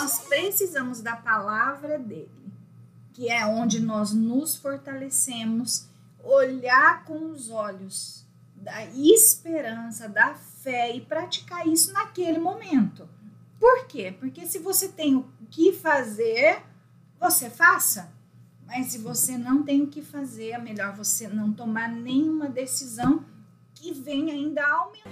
nós precisamos da palavra dele, que é onde nós nos fortalecemos, olhar com os olhos da esperança, da fé e praticar isso naquele momento. Por quê? Porque se você tem o que fazer, você faça. Mas se você não tem o que fazer, é melhor você não tomar nenhuma decisão que venha ainda aumentar.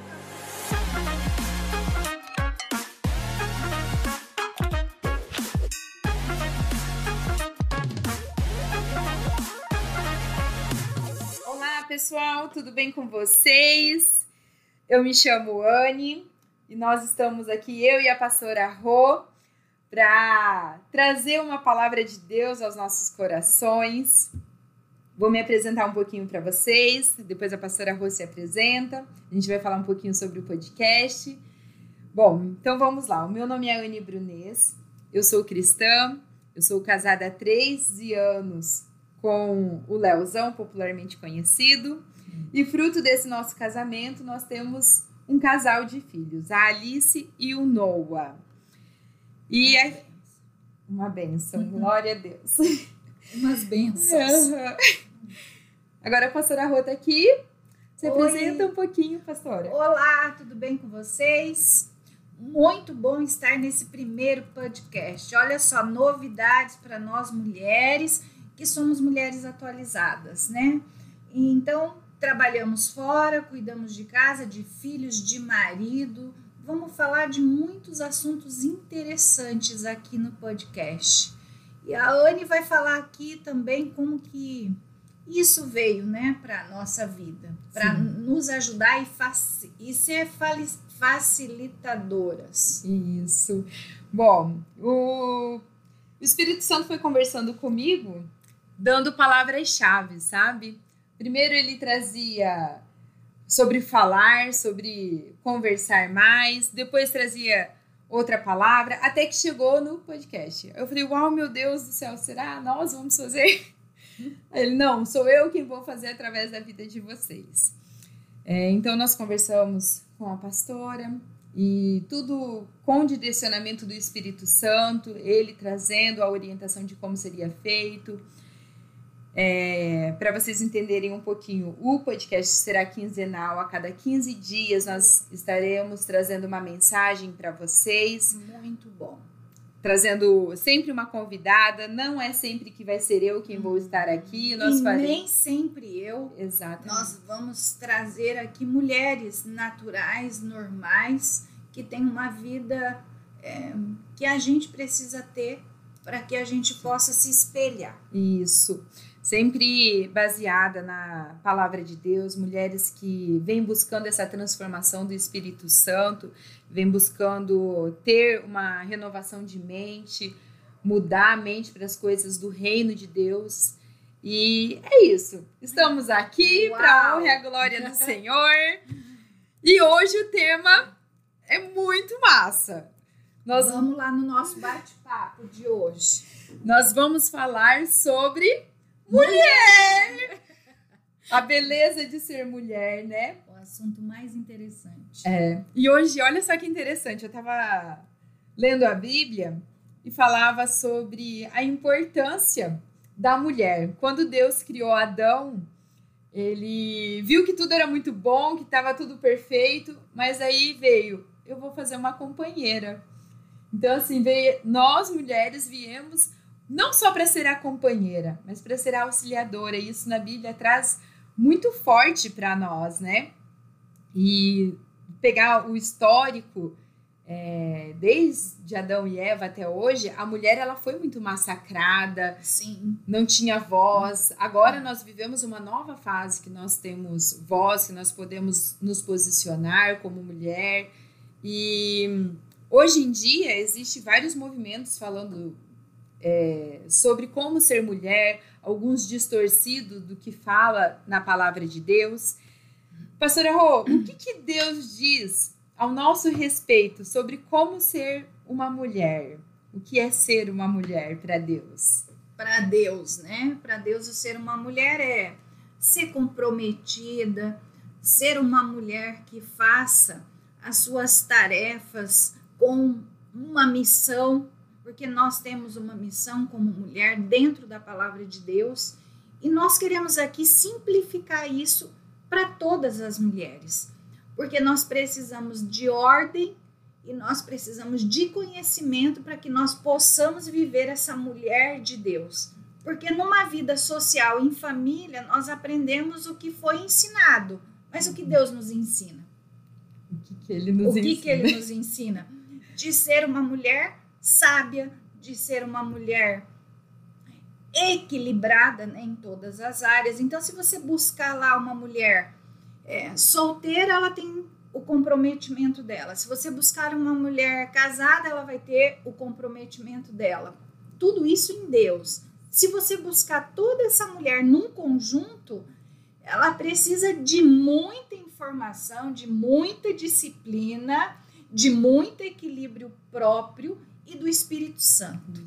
Olá, pessoal, tudo bem com vocês? Eu me chamo Anne e nós estamos aqui, eu e a pastora Rô, para trazer uma palavra de Deus aos nossos corações. Vou me apresentar um pouquinho para vocês, depois a pastora Rô se apresenta, a gente vai falar um pouquinho sobre o podcast. Bom, então vamos lá, o meu nome é Anne Brunês, eu sou cristã, eu sou casada há 13 anos com o Leozão, popularmente conhecido, e fruto desse nosso casamento nós temos um casal de filhos, a Alice e o Noah. E é uma bênção, glória a Deus. Umas bênçãos. Agora a pastora Rô tá aqui. Se apresenta um pouquinho, pastora. Olá, tudo bem com vocês? Muito bom estar nesse primeiro podcast. Olha só, novidades para nós mulheres, que somos mulheres atualizadas, né? Então, trabalhamos fora, cuidamos de casa, de filhos, de marido. Vamos falar de muitos assuntos interessantes aqui no podcast. E a Anne vai falar aqui também como que isso veio, né, para a nossa vida, para nos ajudar e ser facilitadoras. Isso. Bom, o Espírito Santo foi conversando comigo, dando palavras-chave, sabe? Primeiro ele trazia sobre falar, sobre conversar mais, depois trazia outra palavra, até que chegou no podcast. Eu falei, uau, meu Deus do céu, será? Nós vamos fazer? Ele, não, sou eu quem vou fazer através da vida de vocês. Então nós conversamos com a pastora e tudo com o direcionamento do Espírito Santo, ele trazendo a orientação de como seria feito. Para vocês entenderem um pouquinho, o podcast será quinzenal, a cada 15 dias nós estaremos trazendo uma mensagem para vocês. Muito bom. Trazendo sempre uma convidada, não é sempre que vai ser eu quem vou estar aqui. Nem sempre eu. Exatamente. Nós vamos trazer aqui mulheres naturais, normais, que têm uma vida que a gente precisa ter para que a gente possa se espelhar. Isso. Sempre baseada na palavra de Deus, mulheres que vêm buscando essa transformação do Espírito Santo, vêm buscando ter uma renovação de mente, mudar a mente para as coisas do reino de Deus. E é isso. Estamos aqui para a honra e a glória do Senhor. E hoje o tema é muito massa. Vamos lá no nosso bate-papo de hoje. Nós vamos falar sobre mulher! A beleza de ser mulher, né? O assunto mais interessante. E hoje, olha só que interessante, eu estava lendo a Bíblia e falava sobre a importância da mulher. Quando Deus criou Adão, ele viu que tudo era muito bom, que estava tudo perfeito, mas aí veio, eu vou fazer uma companheira. Então, assim, nós mulheres viemos não só para ser a companheira, mas para ser a auxiliadora. E isso na Bíblia traz muito forte para nós, né? E pegar o histórico, desde Adão e Eva até hoje, a mulher ela foi muito massacrada. Sim. Não tinha voz. Agora nós vivemos uma nova fase que nós temos voz, que nós podemos nos posicionar como mulher. E hoje em dia existem vários movimentos falando sobre como ser mulher, alguns distorcidos do que fala na palavra de Deus. Pastora Rô, o que Deus diz ao nosso respeito sobre como ser uma mulher? O que é ser uma mulher para Deus? Para Deus, né? Para Deus, o ser uma mulher é ser comprometida, ser uma mulher que faça as suas tarefas com uma missão, porque nós temos uma missão como mulher dentro da palavra de Deus e nós queremos aqui simplificar isso para todas as mulheres, porque nós precisamos de ordem e nós precisamos de conhecimento para que nós possamos viver essa mulher de Deus. Porque numa vida social, em família, nós aprendemos o que foi ensinado, mas o que Deus nos ensina? O que ele nos ensina? Que ele nos ensina? De ser uma mulher sábia, de ser uma mulher equilibrada, né, em todas as áreas. Então, se você buscar lá uma mulher solteira, ela tem o comprometimento dela. Se você buscar uma mulher casada, ela vai ter o comprometimento dela. Tudo isso em Deus. Se você buscar toda essa mulher num conjunto, ela precisa de muita informação, de muita disciplina, de muito equilíbrio próprio e do Espírito Santo.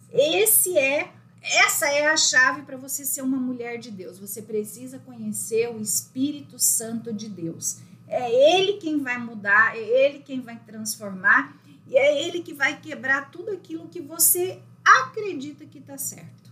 Essa é a chave para você ser uma mulher de Deus. Você precisa conhecer o Espírito Santo de Deus. É Ele quem vai mudar, é Ele quem vai transformar e é Ele que vai quebrar tudo aquilo que você acredita que está certo.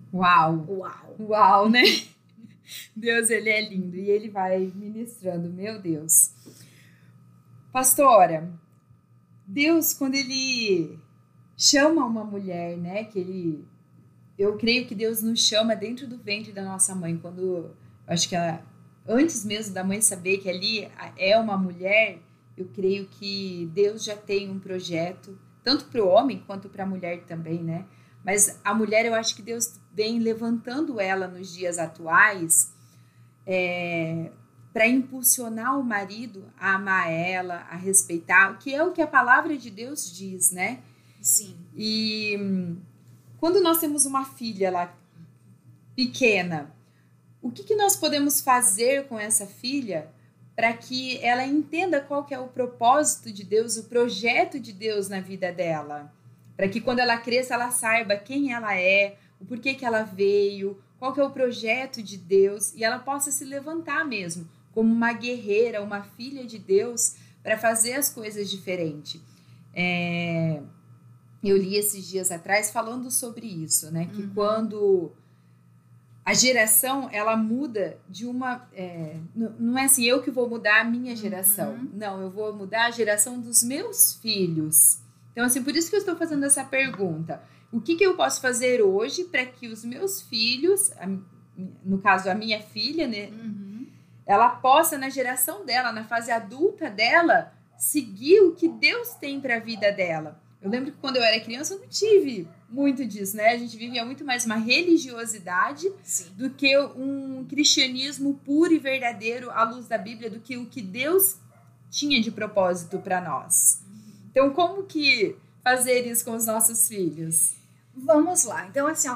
Uau, né? Deus, ele é lindo e ele vai ministrando, meu Deus. Pastora, Deus, quando ele chama uma mulher, né, eu creio que Deus nos chama dentro do ventre da nossa mãe, quando, acho que antes mesmo da mãe saber que ali é uma mulher, eu creio que Deus já tem um projeto, tanto para o homem quanto para a mulher também, né? Mas a mulher, eu acho que Deus vem levantando ela nos dias atuais para impulsionar o marido a amar ela, a respeitar, que é o que a palavra de Deus diz, né? Sim. E quando nós temos uma filha lá pequena, o que nós podemos fazer com essa filha para que ela entenda qual que é o propósito de Deus, o projeto de Deus na vida dela? Para que quando ela cresça, ela saiba quem ela é, o porquê que ela veio, qual que é o projeto de Deus, e ela possa se levantar mesmo como uma guerreira, uma filha de Deus, para fazer as coisas diferentes. Eu li esses dias atrás falando sobre isso, né? Que quando a geração, ela muda de uma... não é assim, eu que vou mudar a minha geração. Não, eu vou mudar a geração dos meus filhos. Então, assim, por isso que eu estou fazendo essa pergunta. O que eu posso fazer hoje para que os meus filhos, no caso, a minha filha, né? Ela possa, na geração dela, na fase adulta dela, seguir o que Deus tem para a vida dela. Eu lembro que quando eu era criança, eu não tive muito disso, né? A gente vivia muito mais uma religiosidade do que um cristianismo puro e verdadeiro à luz da Bíblia, do que o que Deus tinha de propósito para nós. Então, como que fazer isso com os nossos filhos? Vamos lá. Então, assim,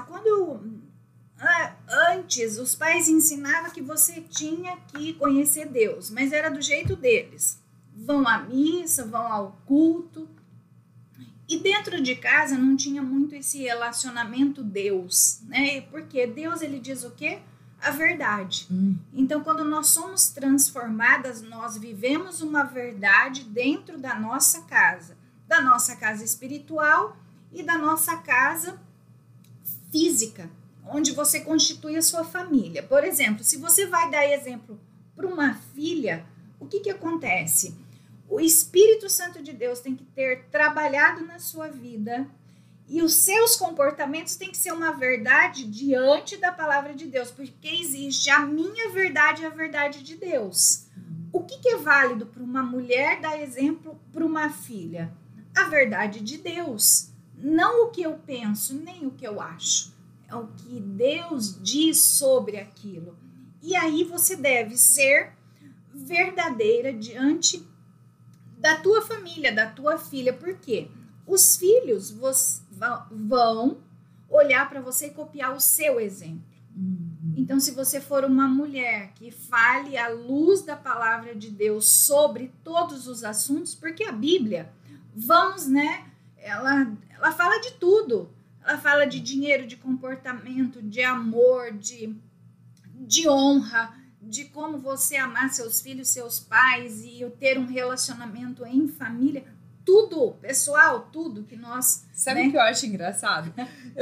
antes os pais ensinavam que você tinha que conhecer Deus, mas era do jeito deles. Vão à missa, vão ao culto. E dentro de casa não tinha muito esse relacionamento Deus, né? Porque Deus, ele diz o quê? A verdade. Então, quando nós somos transformadas, nós vivemos uma verdade dentro da nossa casa espiritual e da nossa casa física, onde você constitui a sua família. Por exemplo, se você vai dar exemplo para uma filha, o que acontece? O Espírito Santo de Deus tem que ter trabalhado na sua vida e os seus comportamentos têm que ser uma verdade diante da palavra de Deus, porque existe a minha verdade e a verdade de Deus. O que é válido para uma mulher dar exemplo para uma filha? A verdade de Deus, não o que eu penso, nem o que eu acho. É o que Deus diz sobre aquilo. E aí você deve ser verdadeira diante da tua família, da tua filha. Por quê? Os filhos vão olhar para você e copiar o seu exemplo. Então, se você for uma mulher que fale à luz da palavra de Deus sobre todos os assuntos, porque a Bíblia, ela fala de tudo. Ela fala de dinheiro, de comportamento, de amor, de honra, de como você amar seus filhos, seus pais e ter um relacionamento em família. tudo, pessoal, tudo que nós... Sabe o que eu acho engraçado?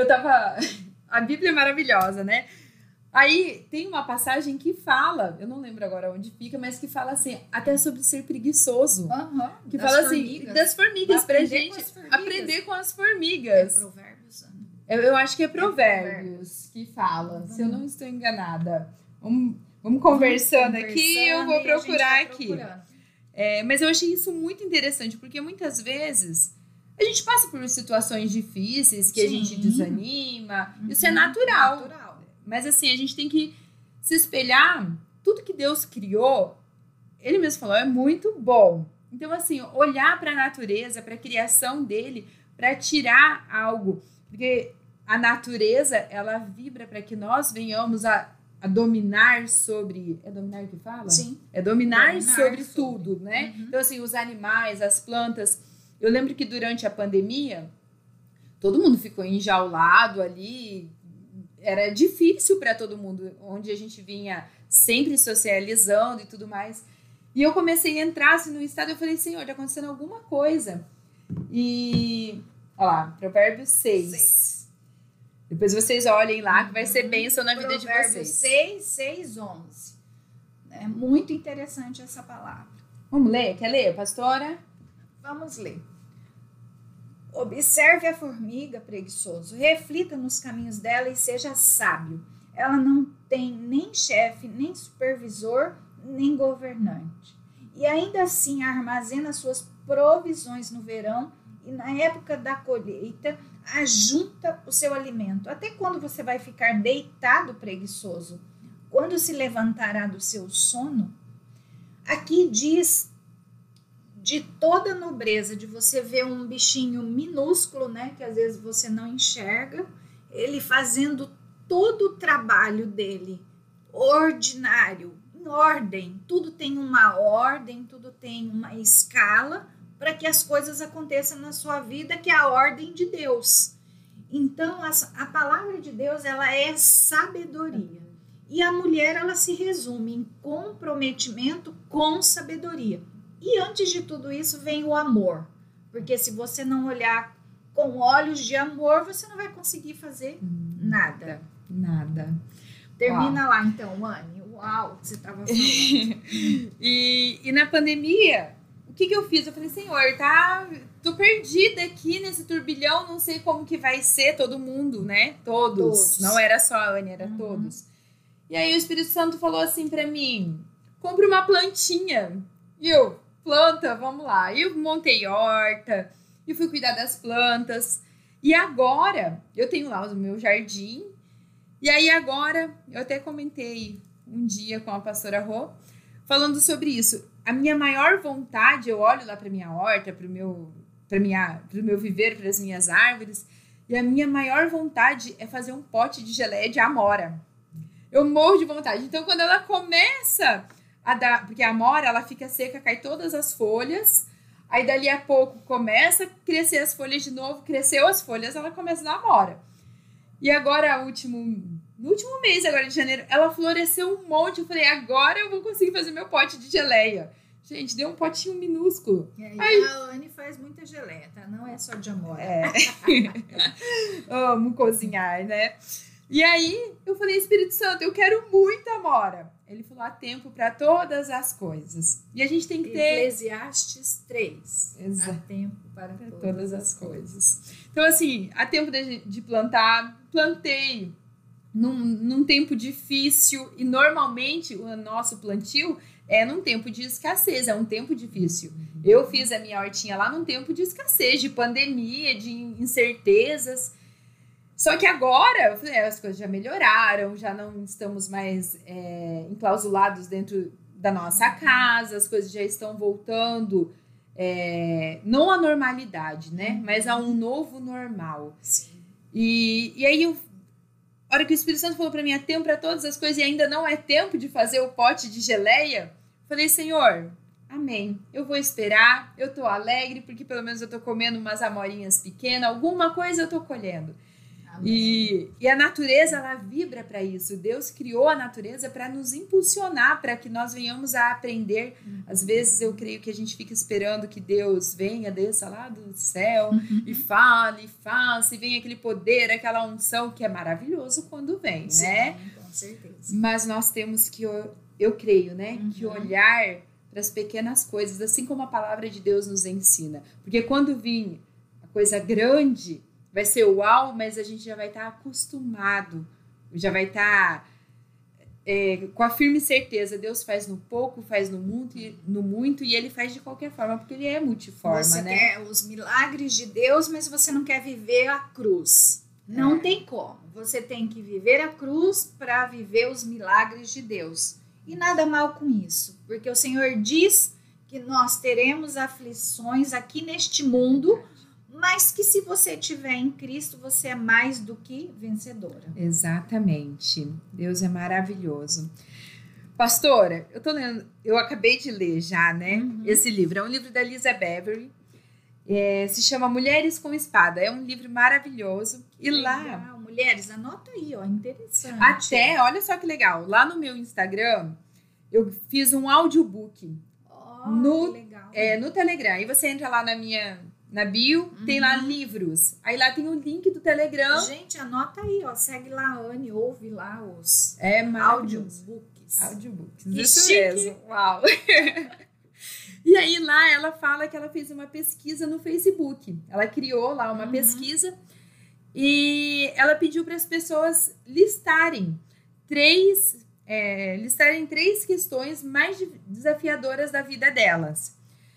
A Bíblia é maravilhosa, né? Aí tem uma passagem que fala, eu não lembro agora onde fica, mas que fala assim, até sobre ser preguiçoso. Que fala assim, das formigas, pra gente aprender com as formigas. É Provérbios, Ana? Eu acho que é Provérbios que fala, se eu não estou enganada. Vamos conversando aqui, eu vou procurar aqui. Mas eu achei isso muito interessante, porque muitas vezes a gente passa por situações difíceis que a gente desanima. Isso é natural. Mas assim, a gente tem que se espelhar. Tudo que Deus criou, Ele mesmo falou, é muito bom. Então assim, olhar para a natureza, para a criação dele, para tirar algo. Porque a natureza, ela vibra para que nós venhamos a dominar sobre... É dominar que fala? Sim. É dominar sobre tudo, né? Então assim, os animais, as plantas. Eu lembro que durante a pandemia, todo mundo ficou enjaulado ali. Era difícil para todo mundo, onde a gente vinha sempre socializando e tudo mais. E eu comecei a entrar assim, no estado, eu falei, Senhor, tá acontecendo alguma coisa. E, olha lá, Provérbios 6. Depois vocês olhem lá, que vai ser bênção na vida de vocês. Provérbios 6, 11. É muito interessante essa palavra. Vamos ler? Quer ler, pastora? Vamos ler. Observe a formiga, preguiçoso, reflita nos caminhos dela e seja sábio. Ela não tem nem chefe, nem supervisor, nem governante. E ainda assim armazena suas provisões no verão e na época da colheita ajunta o seu alimento. Até quando você vai ficar deitado, preguiçoso? Quando se levantará do seu sono? Aqui diz... de toda a nobreza, de você ver um bichinho minúsculo, né, que às vezes você não enxerga, ele fazendo todo o trabalho dele, ordinário, em ordem, tudo tem uma ordem, tudo tem uma escala, para que as coisas aconteçam na sua vida, que é a ordem de Deus. Então, a palavra de Deus, ela é sabedoria. E a mulher, ela se resume em comprometimento com sabedoria. E antes de tudo isso vem o amor. Porque se você não olhar com olhos de amor, você não vai conseguir fazer nada. Nada. Termina lá então, Anne. Uau, que você estava falando. E na pandemia, o que eu fiz? Eu falei, Senhor, tô perdida aqui nesse turbilhão, não sei como que vai ser todo mundo, né? Todos. Não era só a Anne, era todos. E aí o Espírito Santo falou assim pra mim, compre uma plantinha. E eu, planta, vamos lá. Eu montei horta, e fui cuidar das plantas. E agora, eu tenho lá o meu jardim. E aí agora, eu até comentei um dia com a pastora Rô, falando sobre isso. A minha maior vontade, eu olho lá para minha horta, para o meu viveiro, para as minhas árvores, e a minha maior vontade é fazer um pote de geleia de amora. Eu morro de vontade. Então, quando ela começa a dar... Porque a amora, ela fica seca, cai todas as folhas, aí dali a pouco começa a crescer as folhas de novo, cresceu as folhas, ela começa a dar amora. E agora, no último mês agora de janeiro, ela floresceu um monte. Eu falei, agora eu vou conseguir fazer meu pote de geleia. Gente, deu um potinho minúsculo. E a Anne faz muita geleia, tá? Não é só de amora. Amo cozinhar, né? E aí, eu falei, Espírito Santo, eu quero muito amora. Ele falou, há tempo para todas as coisas. E a gente tem que ter... Eclesiastes 3. Exato. Há tempo para todas as coisas. Então, assim, há tempo de plantar, plantei num tempo difícil. E, normalmente, o nosso plantio é num tempo de escassez, é um tempo difícil. Eu fiz a minha hortinha lá num tempo de escassez, de pandemia, de incertezas. Só que agora, eu falei, as coisas já melhoraram, já não estamos mais enclausulados dentro da nossa casa, as coisas já estão voltando, não à normalidade, né? Mas a um novo normal. Sim. E aí, a hora que o Espírito Santo falou para mim, é tempo para todas as coisas e ainda não é tempo de fazer o pote de geleia, falei, Senhor, amém, eu vou esperar, eu tô alegre, porque pelo menos eu tô comendo umas amorinhas pequenas, alguma coisa eu tô colhendo. E a natureza, ela vibra para isso. Deus criou a natureza para nos impulsionar, para que nós venhamos a aprender. Às vezes eu creio que a gente fica esperando que Deus venha, desça lá do céu e fale, e faça, e vem aquele poder, aquela unção que é maravilhoso quando vem, Sim, né? Com certeza. Mas nós temos que, eu creio, né, que olhar para as pequenas coisas, assim como a palavra de Deus nos ensina. Porque quando vir a coisa grande, vai ser uau, mas a gente já vai estar acostumado, já vai estar com a firme certeza. Deus faz no pouco, faz no muito, e Ele faz de qualquer forma, porque Ele é multiforma, você né? quer os milagres de Deus, mas você não quer viver a cruz. Não tem como. Você tem que viver a cruz para viver os milagres de Deus. E nada mal com isso, porque o Senhor diz que nós teremos aflições aqui neste mundo, mas que se você estiver em Cristo, você é mais do que vencedora. Exatamente. Deus é maravilhoso. Pastora, eu tô lendo, eu acabei de ler já, né? Esse livro. É um livro da Lisa Beverly. Se chama Mulheres com Espada. É um livro maravilhoso. E Legal. lá... Mulheres, anota aí, ó, interessante. Até, olha só que legal. Lá no meu Instagram, eu fiz um audiobook. Que legal. No Telegram. Aí você entra lá na bio, tem lá livros. Aí lá tem o link do Telegram. Gente, anota aí, ó. Segue lá a Anne, ouve lá os audiobooks. audiobooks. Isso mesmo. Uau. E aí lá ela fala que ela fez uma pesquisa no Facebook. Ela criou lá uma pesquisa e ela pediu para as pessoas listarem três questões mais desafiadoras da vida delas,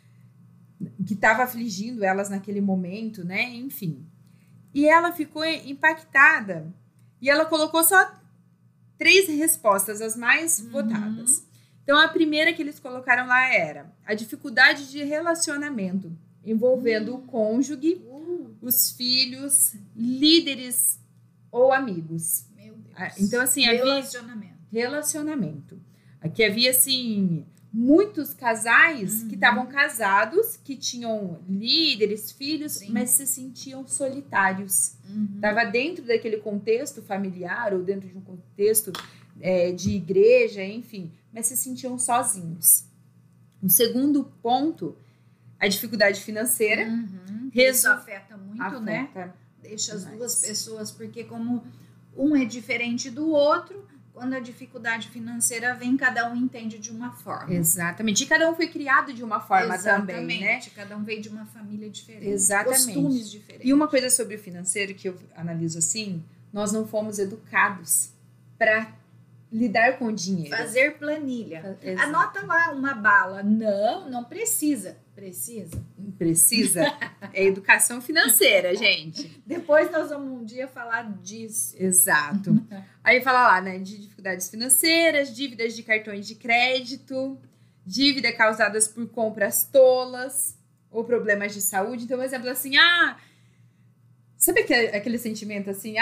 que estava afligindo elas naquele momento, né? Enfim. E ela ficou impactada e ela colocou só 3 respostas, as mais votadas. Então, a primeira que eles colocaram lá era a dificuldade de relacionamento, envolvendo o cônjuge, os filhos, líderes ou amigos. Meu Deus. Então, assim, relacionamento. Aqui havia, assim, muitos casais que estavam casados, que tinham líderes, filhos, mas se sentiam solitários. Estava dentro daquele contexto familiar ou dentro de um contexto de igreja, enfim, mas se sentiam sozinhos. O segundo ponto, a dificuldade financeira. Isso afeta muito, né? Deixa as duas pessoas, porque como um é diferente do outro, quando a dificuldade financeira vem, cada um entende de uma forma. Exatamente. E cada um foi criado de uma forma também, né? Cada um veio de uma família diferente. Exatamente. Costumes diferentes. E uma coisa sobre o financeiro que eu analiso assim, nós não fomos educados para lidar com o dinheiro. Fazer planilha. Anota lá uma bala. Não precisa. Precisa? É educação financeira, gente. Depois nós vamos um dia falar disso. Exato. Aí fala lá, né, de dificuldades financeiras, dívidas de cartões de crédito, dívida causadas por compras tolas ou problemas de saúde. Então, um exemplo assim, sabe aquele sentimento assim,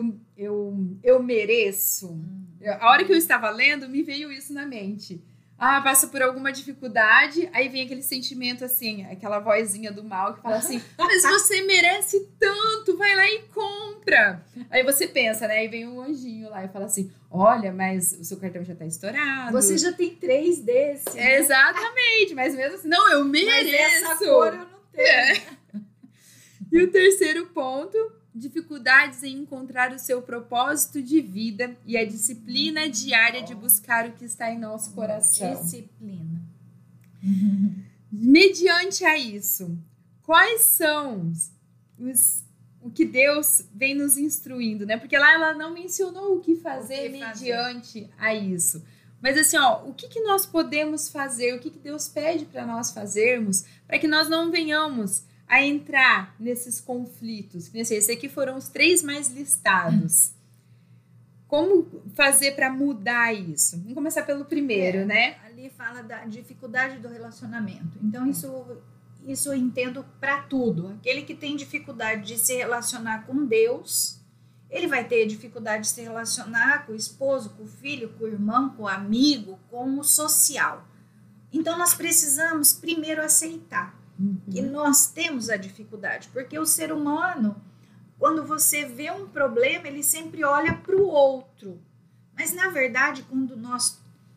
eu mereço? A hora que eu estava lendo, me veio isso na mente. Passa por alguma dificuldade, aí vem aquele sentimento assim, aquela vozinha do mal que fala assim, mas você merece tanto, vai lá e compra. Aí você pensa, né? Aí vem um anjinho lá e fala assim, olha, mas o seu cartão já tá estourado. Você já tem 3 desses. Né? Exatamente, mas mesmo assim, não, eu mereço. Mas essa cor eu não tenho. E o terceiro ponto, dificuldades em encontrar o seu propósito de vida e a disciplina diária de buscar o que está em nosso coração. Disciplina. Mediante a isso, quais são o que Deus vem nos instruindo, né? Porque lá ela não mencionou o que fazer mediante a isso. Mas assim, o que nós podemos fazer? O que Deus pede para nós fazermos para que nós não venhamos a entrar nesses conflitos? Esses aqui foram os 3 mais listados. Como fazer para mudar isso? Vamos começar pelo primeiro, né? Ali fala da dificuldade do relacionamento. Então, isso eu entendo para tudo. Aquele que tem dificuldade de se relacionar com Deus, ele vai ter dificuldade de se relacionar com o esposo, com o filho, com o irmão, com o amigo, com o social. Então, nós precisamos primeiro aceitar que nós temos a dificuldade, porque o ser humano, quando você vê um problema, ele sempre olha para o outro. Mas, na verdade, quando nós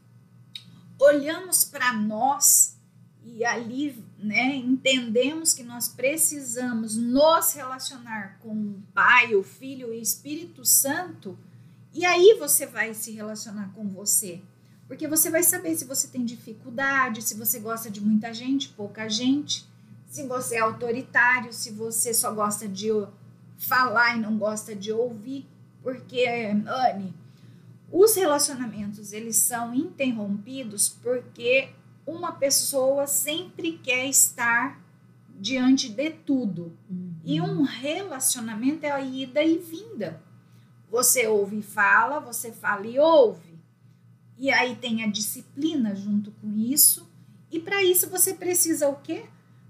olhamos para nós e ali, né, entendemos que nós precisamos nos relacionar com o Pai, o Filho e o Espírito Santo, e aí você vai se relacionar com você. Porque você vai saber se você tem dificuldade, se você gosta de muita gente, pouca gente, se você é autoritário, se você só gosta de falar e não gosta de ouvir. Porque, Anne, os relacionamentos, eles são interrompidos porque uma pessoa sempre quer estar diante de tudo. E um relacionamento é a ida e vinda. Você ouve e fala, você fala e ouve. E aí tem a disciplina junto com isso. E para isso você precisa o quê?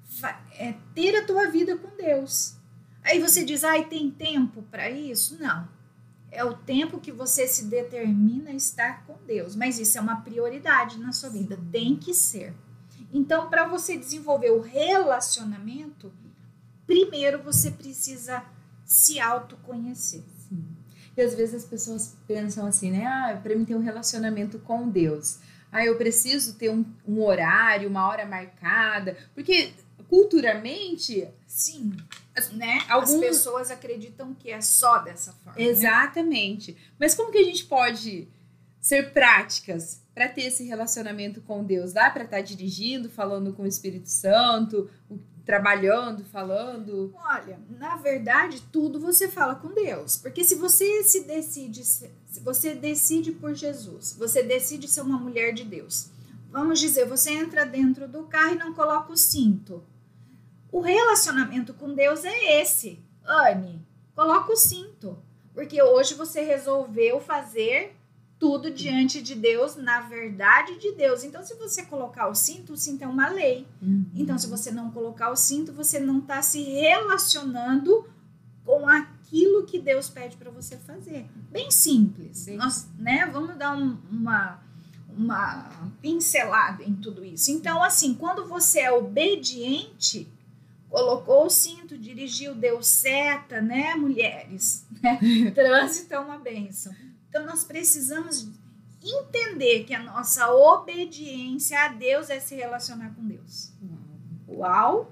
Ter a tua vida com Deus. Aí você diz, tem tempo para isso? Não. É o tempo que você se determina a estar com Deus. Mas isso é uma prioridade na sua vida. Tem que ser. Então, para você desenvolver o relacionamento, primeiro você precisa se autoconhecer. Sim. E às vezes as pessoas pensam assim, né? Para mim ter um relacionamento com Deus. Eu preciso ter um horário, uma hora marcada. Porque culturalmente... Sim, né? As pessoas acreditam que é só dessa forma. Exatamente. Né? Mas como que a gente pode ser práticas para ter esse relacionamento com Deus? Dá para estar dirigindo, falando com o Espírito Santo, trabalhando, falando? Olha, na verdade, tudo você fala com Deus. Porque se você se você decide por Jesus, você decide ser uma mulher de Deus. Vamos dizer, você entra dentro do carro e não coloca o cinto. O relacionamento com Deus é esse. Anne, coloca o cinto. Porque hoje você resolveu fazer tudo diante de Deus, na verdade de Deus. Então, se você colocar o cinto é uma lei. Então, se você não colocar o cinto, você não está se relacionando com aquilo que Deus pede para você fazer. Bem simples. Nós, né, vamos dar uma pincelada em tudo isso. Então, assim, quando você é obediente, colocou o cinto, dirigiu, deu seta, né, mulheres? Trânsito é uma bênção. Então, nós precisamos entender que a nossa obediência a Deus é se relacionar com Deus. Uau!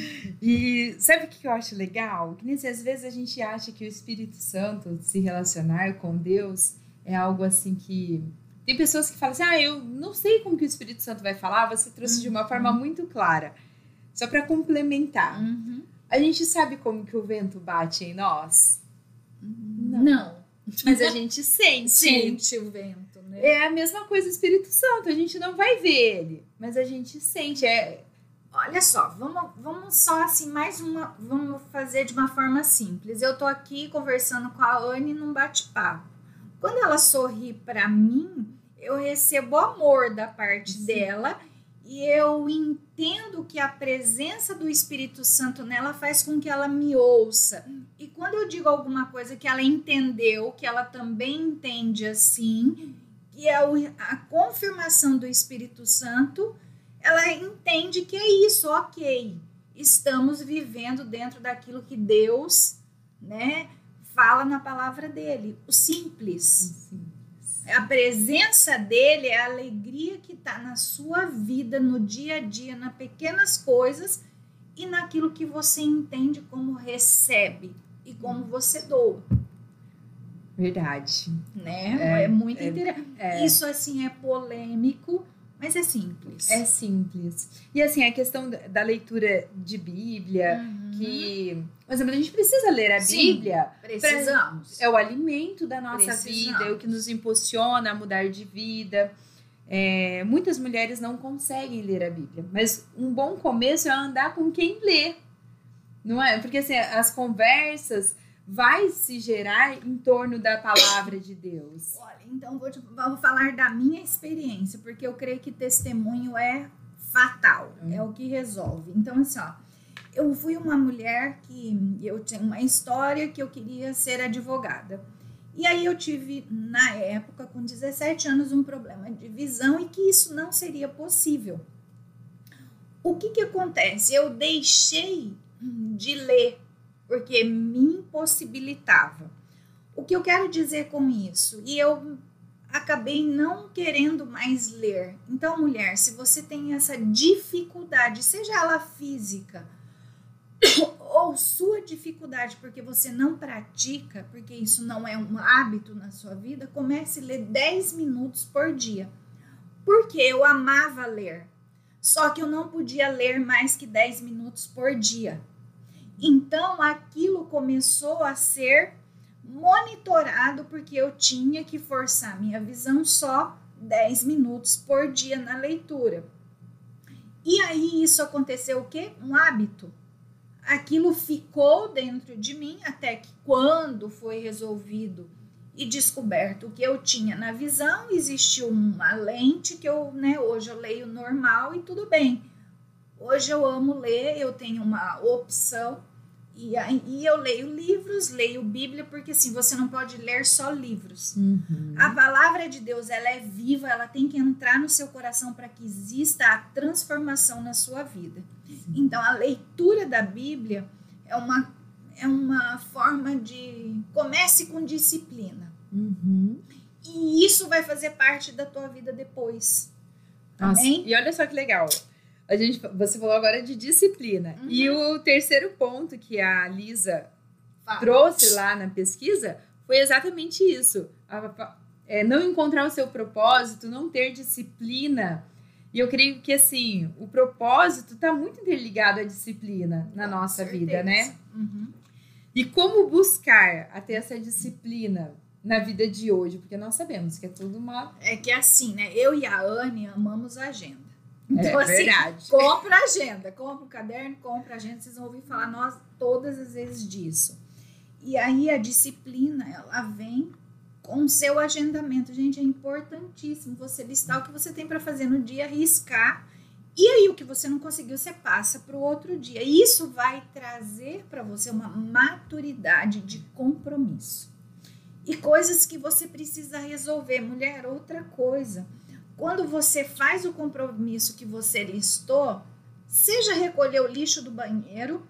E sabe o que eu acho legal? Que às vezes a gente acha que o Espírito Santo, se relacionar com Deus, é algo assim que... Tem pessoas que falam assim, eu não sei como que o Espírito Santo vai falar, você trouxe de uma forma muito clara. Só para complementar. A gente sabe como que o vento bate em nós? Não. Mas a gente sente. Sente o vento, né? É a mesma coisa do Espírito Santo. A gente não vai ver ele, mas a gente sente. Olha só, vamos só assim, vamos fazer de uma forma simples. Eu tô aqui conversando com a Anne num bate-papo. Quando ela sorri para mim, eu recebo amor da parte dela e eu entendo que a presença do Espírito Santo nela faz com que ela me ouça. E quando eu digo alguma coisa que ela entendeu, que ela também entende assim, que é a confirmação do Espírito Santo, ela entende que é isso, ok. Estamos vivendo dentro daquilo que Deus, né, fala na palavra dele. O simples. A presença dele é a alegria que está na sua vida, no dia a dia, nas pequenas coisas e naquilo que você entende como recebe e como você doa. Verdade. Né? É muito interessante. Isso, assim, é polêmico, mas é simples. É simples. E, assim, a questão da leitura de Bíblia, que... Por exemplo, a gente precisa ler a Bíblia. Precisamos. É o alimento da nossa vida, é o que nos impulsiona a mudar de vida. Muitas mulheres não conseguem ler a Bíblia, mas um bom começo é andar com quem lê. Não é? Porque, assim, as conversas vai se gerar em torno da palavra de Deus. Olha, então vou falar da minha experiência, porque eu creio que testemunho é fatal, é o que resolve. Então, assim, eu fui uma mulher que eu tinha uma história que eu queria ser advogada. E aí eu tive, na época, com 17 anos, um problema de visão e que isso não seria possível. O que acontece? Eu deixei de ler porque me impossibilitava. O que eu quero dizer com isso? E eu acabei não querendo mais ler. Então, mulher, se você tem essa dificuldade, seja ela física ou sua dificuldade porque você não pratica, porque isso não é um hábito na sua vida, comece a ler 10 minutos por dia. Porque eu amava ler, só que eu não podia ler mais que 10 minutos por dia. Então, aquilo começou a ser monitorado, porque eu tinha que forçar minha visão só 10 minutos por dia na leitura. E aí isso aconteceu o quê? Um hábito. Aquilo ficou dentro de mim até que quando foi resolvido e descoberto o que eu tinha na visão, existiu uma lente que eu, hoje eu leio normal e tudo bem. Hoje eu amo ler, eu tenho uma opção. E aí eu leio livros, leio Bíblia, porque assim, você não pode ler só livros. A palavra de Deus, ela é viva, ela tem que entrar no seu coração para que exista a transformação na sua vida. Então, a leitura da Bíblia é uma forma de... Comece com disciplina. E isso vai fazer parte da tua vida depois. Nossa, Amém? e olha só que legal. Você falou agora de disciplina. E o terceiro ponto que a Lisa trouxe lá na pesquisa foi exatamente isso. Não encontrar o seu propósito, não ter disciplina. E eu creio que, assim, o propósito está muito interligado à disciplina na nossa vida, né? E como buscar até essa disciplina na vida de hoje? Porque nós sabemos que é tudo uma... É que assim, né? Eu e a Anne amamos a agenda. Então, assim, verdade. Compra a agenda, compra o caderno, compra a agenda, vocês vão ouvir falar nós todas as vezes disso. E aí a disciplina, ela vem com o seu agendamento. Gente, é importantíssimo você listar o que você tem para fazer no dia, riscar, e aí o que você não conseguiu, você passa para o outro dia. E isso vai trazer para você uma maturidade de compromisso. E coisas que você precisa resolver. Mulher, outra coisa... Quando você faz o compromisso que você listou, seja recolher o lixo do banheiro,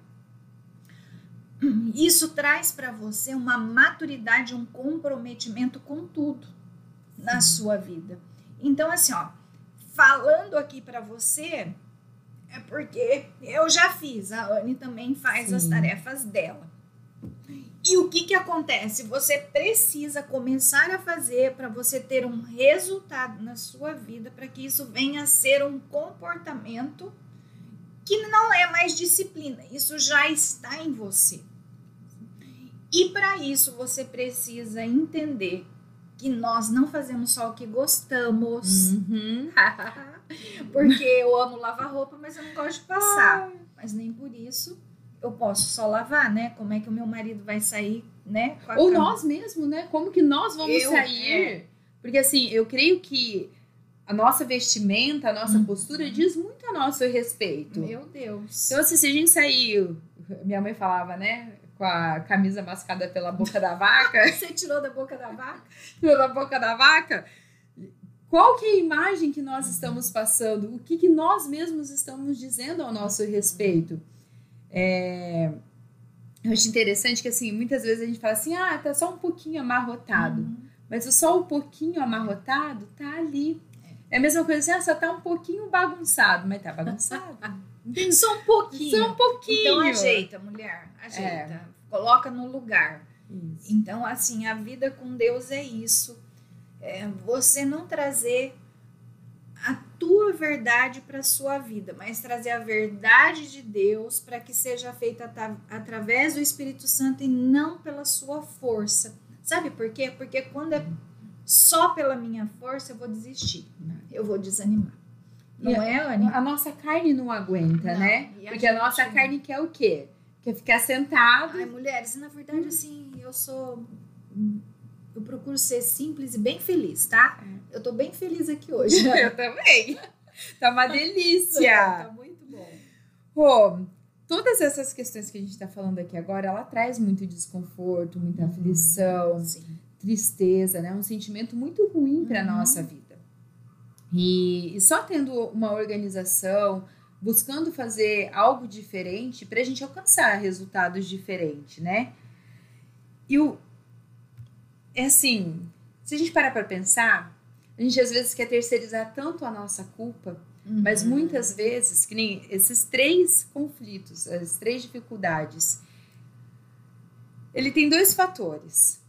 isso traz para você uma maturidade, um comprometimento com tudo na sua vida. Então, assim, falando aqui para você, é porque eu já fiz, a Anne também faz as tarefas dela. E o que acontece? Você precisa começar a fazer para você ter um resultado na sua vida, para que isso venha a ser um comportamento que não é mais disciplina. Isso já está em você. E para isso você precisa entender que nós não fazemos só o que gostamos. Porque eu amo lavar roupa, mas eu não gosto de passar. Mas nem por isso... eu posso só lavar, né? Como é que o meu marido vai sair, né? Ou nós mesmos, né? Como que nós vamos sair? Porque, assim, eu creio que a nossa vestimenta, a nossa postura diz muito a nosso respeito. Meu Deus. Então, assim, se a gente sair... Minha mãe falava, né? Com a camisa mascada pela boca da vaca. Você tirou da boca da vaca? Tirou da boca da vaca. Qual que é a imagem que nós estamos passando? O que nós mesmos estamos dizendo ao nosso respeito? Eu acho interessante que, assim, muitas vezes a gente fala assim, tá só um pouquinho amarrotado. Mas o só um pouquinho amarrotado tá ali. É a mesma coisa assim, só tá um pouquinho bagunçado, mas tá bagunçado. Só um pouquinho. Só um pouquinho. Então ajeita, mulher, ajeita. Coloca no lugar. Isso. Então, assim, a vida com Deus é isso. Você não trazer a tua verdade para a sua vida, mas trazer a verdade de Deus para que seja feita através do Espírito Santo e não pela sua força. Sabe por quê? Porque quando é só pela minha força, eu vou desistir. Eu vou desanimar. Não é, Anne? A nossa carne não aguenta, né? Porque a nossa carne quer o quê? Quer ficar sentado. Ai, mulheres, na verdade, assim, eu procuro ser simples e bem feliz, tá? Eu tô bem feliz aqui hoje. Eu também. Tá uma delícia. Tá muito bom. Pô, todas essas questões que a gente tá falando aqui agora, ela traz muito desconforto, muita aflição, tristeza, né? Um sentimento muito ruim pra nossa vida. E só tendo uma organização, buscando fazer algo diferente para a gente alcançar resultados diferentes, né? E é assim, se a gente parar para pensar, a gente às vezes quer terceirizar tanto a nossa culpa, mas muitas vezes, que nem esses 3 conflitos, as 3 dificuldades, ele tem 2 fatores.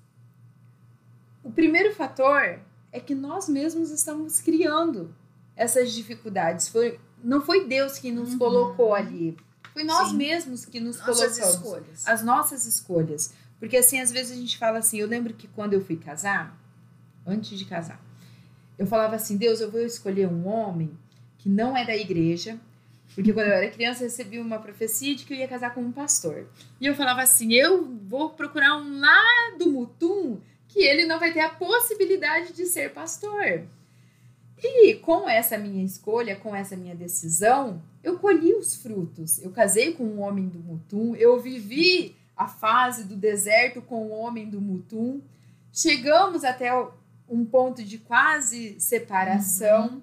O primeiro fator é que nós mesmos estamos criando essas dificuldades. Não foi Deus que nos colocou ali. Foi nós mesmos que nos colocamos. Escolhas. As nossas escolhas. Porque assim, às vezes a gente fala assim, eu lembro que quando eu fui casar, antes de casar, eu falava assim, Deus, eu vou escolher um homem que não é da igreja, porque quando eu era criança eu recebi uma profecia de que eu ia casar com um pastor. E eu falava assim, eu vou procurar um lá do Mutum que ele não vai ter a possibilidade de ser pastor. E com essa minha escolha, com essa minha decisão, eu colhi os frutos. Eu casei com um homem do Mutum, eu vivi a fase do deserto com o homem do Mutum. Chegamos até um ponto de quase separação.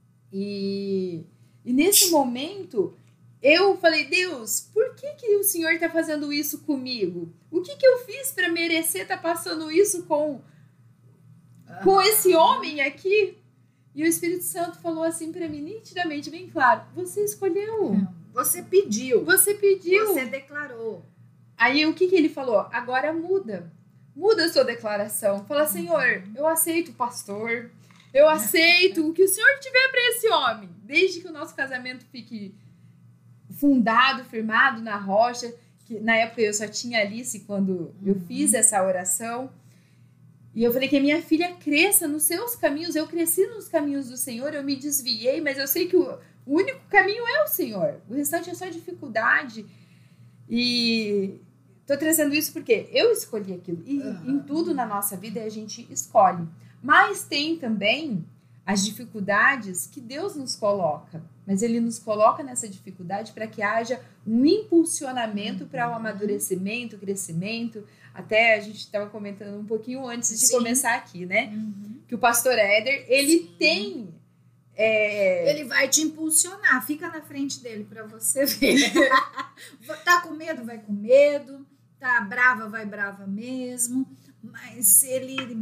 E nesse momento, eu falei, Deus, por que o Senhor está fazendo isso comigo? O que eu fiz para merecer estar passando isso com esse homem aqui? E o Espírito Santo falou assim para mim, nitidamente, bem claro, você escolheu. Você pediu. Você pediu. Você declarou. Aí o que ele falou? Agora muda. Muda a sua declaração. Fala, Senhor, eu aceito o pastor. Eu aceito o que o Senhor tiver para esse homem. Desde que o nosso casamento fique fundado, firmado na rocha. Que na época eu só tinha Alice quando eu fiz essa oração. E eu falei que a minha filha cresça nos seus caminhos. Eu cresci nos caminhos do Senhor, eu me desviei, mas eu sei que o único caminho é o Senhor. O restante é só dificuldade. E tô trazendo isso porque eu escolhi aquilo. E em tudo na nossa vida a gente escolhe. Mas tem também as dificuldades que Deus nos coloca. Mas Ele nos coloca nessa dificuldade para que haja um impulsionamento para o amadurecimento, crescimento. Até a gente estava comentando um pouquinho antes de começar aqui, né? Que o pastor Éder, ele tem... Ele vai te impulsionar. Fica na frente dele para você ver. Tá com medo? Vai com medo. Tá brava? Vai brava mesmo. Mas ele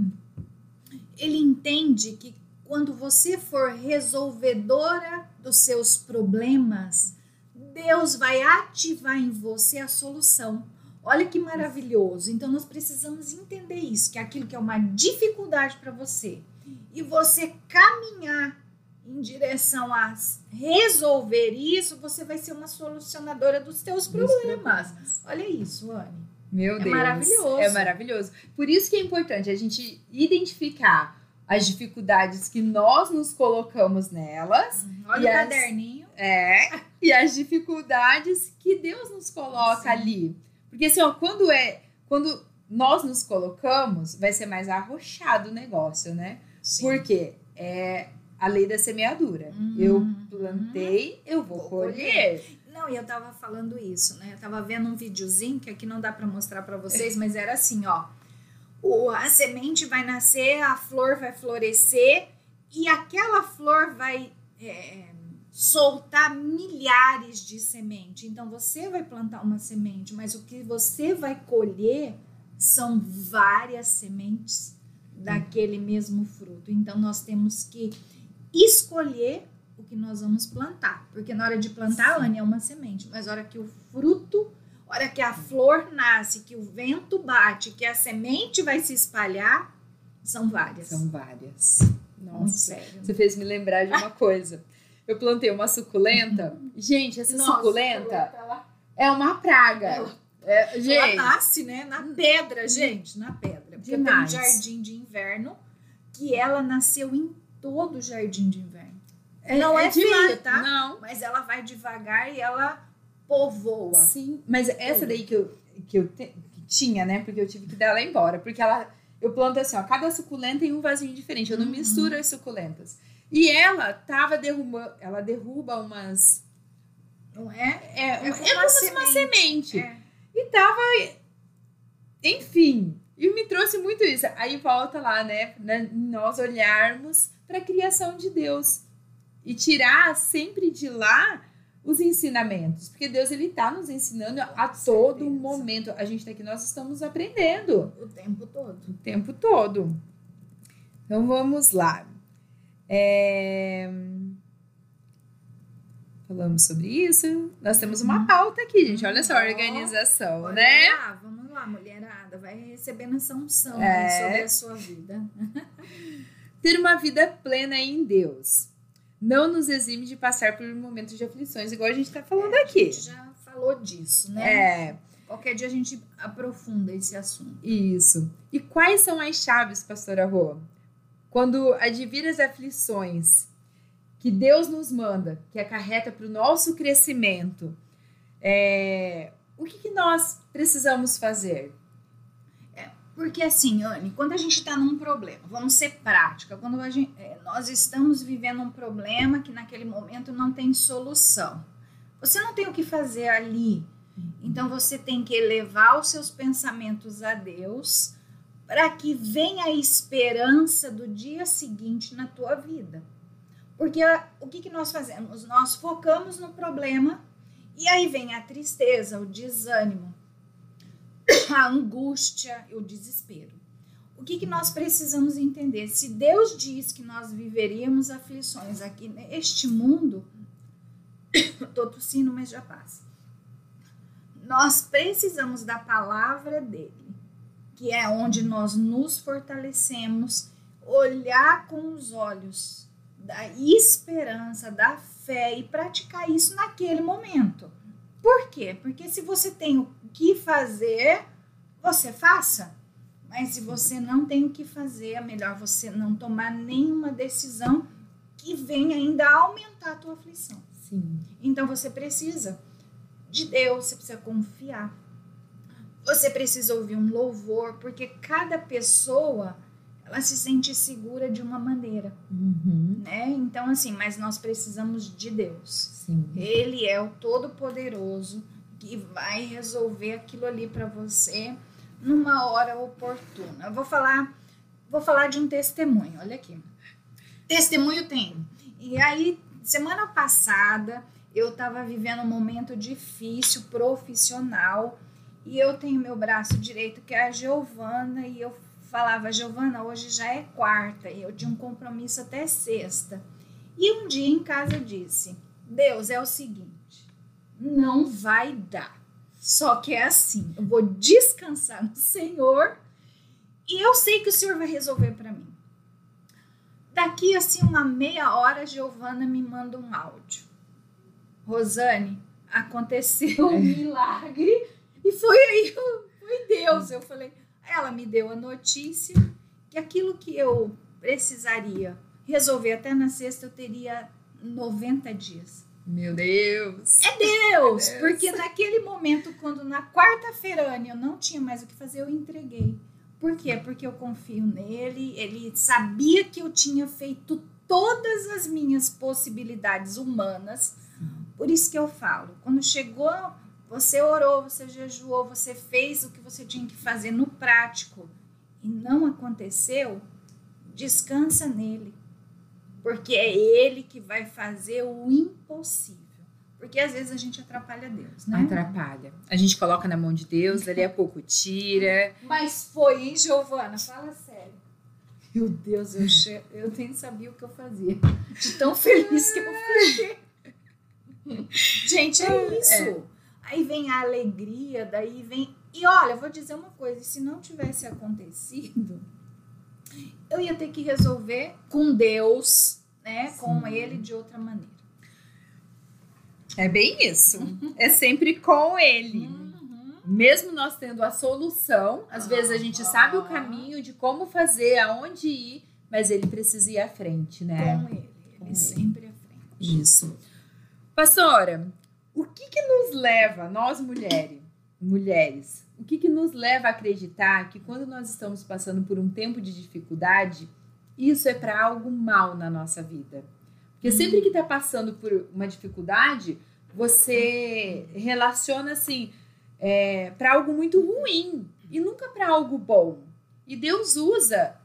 entende que quando você for resolvedora dos seus problemas, Deus vai ativar em você a solução. Olha que maravilhoso. Então, nós precisamos entender isso, que aquilo que é uma dificuldade para você, e você caminhar em direção a resolver isso, você vai ser uma solucionadora dos teus problemas. Olha isso, Anne. Meu Deus. Maravilhoso. É maravilhoso. Por isso que é importante a gente identificar as dificuldades que nós nos colocamos nelas. Olha o caderninho. E as dificuldades que Deus nos coloca ali. Porque assim, ó, quando nós nos colocamos, vai ser mais arrochado o negócio, né? Sim. Porque é a lei da semeadura. Eu plantei, eu vou colher. Não, e eu tava falando isso, né? Eu tava vendo um videozinho que aqui não dá pra mostrar pra vocês, mas era assim, ó. A semente vai nascer, a flor vai florescer e aquela flor vai soltar milhares de sementes. Então, você vai plantar uma semente, mas o que você vai colher são várias sementes daquele mesmo fruto. Então, nós temos que escolher o que nós vamos plantar. Porque na hora de plantar, Anne, é uma semente. Mas na hora que o fruto, na hora que a flor nasce, que o vento bate, que a semente vai se espalhar, são várias. São várias. Nossa, muito sério. Você fez me lembrar de uma coisa. Eu plantei uma suculenta. Gente, essa suculenta é uma praga. Gente, ela nasce, né? Na pedra, gente. Na pedra. Porque tem um jardim de inverno que ela nasceu em todo o jardim de inverno. Não é feia, tá? Não. Mas ela vai devagar e ela povoa. Sim, mas essa daí que eu tinha, né? Porque eu tive que dar ela embora. Porque eu planto assim, ó. Cada suculenta em um vasinho diferente. Eu não misturo as suculentas. E ela tava derrubando... Ela derruba umas... Não é? É como uma semente. É. E tava... Enfim. E me trouxe muito isso. Aí volta lá, né? Nós olharmos para a criação de Deus. E tirar sempre de lá os ensinamentos, porque Deus ele está nos ensinando a todo momento. A gente está aqui, nós estamos aprendendo. O tempo todo. O tempo todo. Então, vamos lá. Falamos sobre isso. Nós temos uma pauta aqui, gente. Olha só a organização, né? Vamos lá, mulherada. Vai recebendo essa unção sobre a sua vida. Ter uma vida plena em Deus não nos exime de passar por momentos de aflições, igual a gente está falando aqui. A gente já falou disso, né? Qualquer dia a gente aprofunda esse assunto. Isso. E quais são as chaves, pastora Rô? Quando advir as aflições que Deus nos manda, que acarreta para o nosso crescimento, o que nós precisamos fazer? Porque assim, Anne, quando a gente está num problema, vamos ser prática, quando nós estamos vivendo um problema que naquele momento não tem solução, você não tem o que fazer ali, então você tem que elevar os seus pensamentos a Deus para que venha a esperança do dia seguinte na tua vida. Porque o que nós fazemos? Nós focamos no problema e aí vem a tristeza, o desânimo, a angústia e o desespero. O que nós precisamos entender? Se Deus diz que nós viveríamos aflições aqui neste mundo, estou tossindo, mas já passa. Nós precisamos da palavra dele, que é onde nós nos fortalecemos, olhar com os olhos da esperança, da fé e praticar isso naquele momento. Por quê? Porque se você tem o que fazer, você faça. Mas se você não tem o que fazer, é melhor você não tomar nenhuma decisão que venha ainda aumentar a tua aflição. Sim. Então você precisa de Deus, você precisa confiar. Você precisa ouvir um louvor, porque cada pessoa, ela se sente segura de uma maneira, né? Então, assim, mas nós precisamos de Deus. Sim. Ele é o Todo-Poderoso que vai resolver aquilo ali para você numa hora oportuna. Eu vou falar de um testemunho, olha aqui. Testemunho tem. E aí, semana passada, eu estava vivendo um momento difícil, profissional, e eu tenho meu braço direito, que é a Giovana, e eu falava, Giovana, hoje já é quarta, e eu tinha um compromisso até sexta. E um dia em casa eu disse, Deus, é o seguinte, não vai dar. Só que é assim, eu vou descansar no Senhor e eu sei que o Senhor vai resolver para mim. Daqui, assim, uma meia hora, a Giovana me manda um áudio. Rosane, aconteceu um milagre e foi Deus. Eu falei, ela me deu a notícia que aquilo que eu precisaria resolver até na sexta, eu teria 90 dias. Meu Deus! É Deus! Porque naquele momento, quando na quarta-feira eu não tinha mais o que fazer, eu entreguei. Por quê? Porque eu confio nele, ele sabia que eu tinha feito todas as minhas possibilidades humanas. Por isso que eu falo, quando chegou, você orou, você jejuou, você fez o que você tinha que fazer no prático e não aconteceu, descansa nele. Porque é ele que vai fazer o impossível. Porque às vezes a gente atrapalha Deus, né? Atrapalha. A gente coloca na mão de Deus, dali a pouco tira. Mas foi, hein, Giovana? Fala sério. Meu Deus, eu nem sabia o que eu fazia. De tão feliz que eu fiquei. Gente, é isso. Aí vem a alegria, daí vem... E olha, vou dizer uma coisa. Se não tivesse acontecido... eu ia ter que resolver com Deus, né? Sim. Com ele de outra maneira. É bem isso. É sempre com ele. Mesmo nós tendo a solução, às vezes a gente sabe o caminho de como fazer, aonde ir, mas ele precisa ir à frente, né? Com ele. Ele sempre à frente. Isso. Pastora, o que nos leva, nós mulheres, o que nos leva a acreditar que quando nós estamos passando por um tempo de dificuldade, isso é para algo mal na nossa vida? Porque sempre que está passando por uma dificuldade, você relaciona assim para algo muito ruim e nunca para algo bom. E Deus usa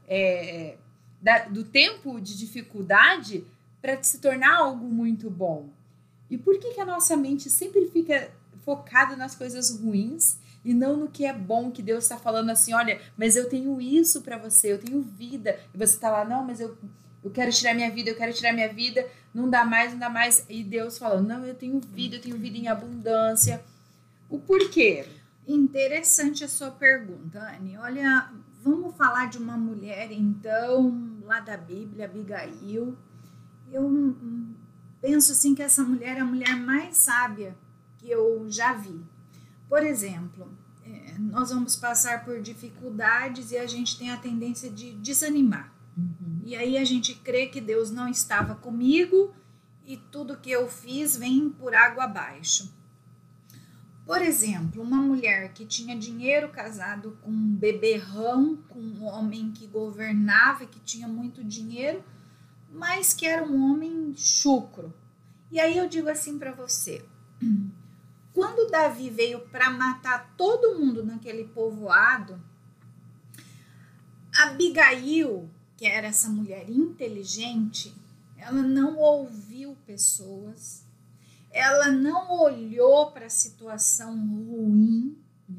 do tempo de dificuldade para se tornar algo muito bom. E por que a nossa mente sempre fica focada nas coisas ruins e não no que é bom, que Deus está falando assim, olha, mas eu tenho isso para você, eu tenho vida. E você está lá, não, mas eu quero tirar minha vida, não dá mais. E Deus falando, não, eu tenho vida em abundância. O porquê? Interessante a sua pergunta, Anne. Olha, vamos falar de uma mulher, então, lá da Bíblia, Abigail. Eu penso assim que essa mulher é a mulher mais sábia que eu já vi. Por exemplo, nós vamos passar por dificuldades e a gente tem a tendência de desanimar. Uhum. E aí a gente crê que Deus não estava comigo e tudo que eu fiz vem por água abaixo. Por exemplo, uma mulher que tinha dinheiro, casado com um beberrão, com um homem que governava e que tinha muito dinheiro, mas que era um homem chucro. E aí eu digo assim para você, quando Davi veio para matar todo mundo naquele povoado, Abigail, que era essa mulher inteligente, ela não ouviu pessoas, ela não olhou para a situação ruim,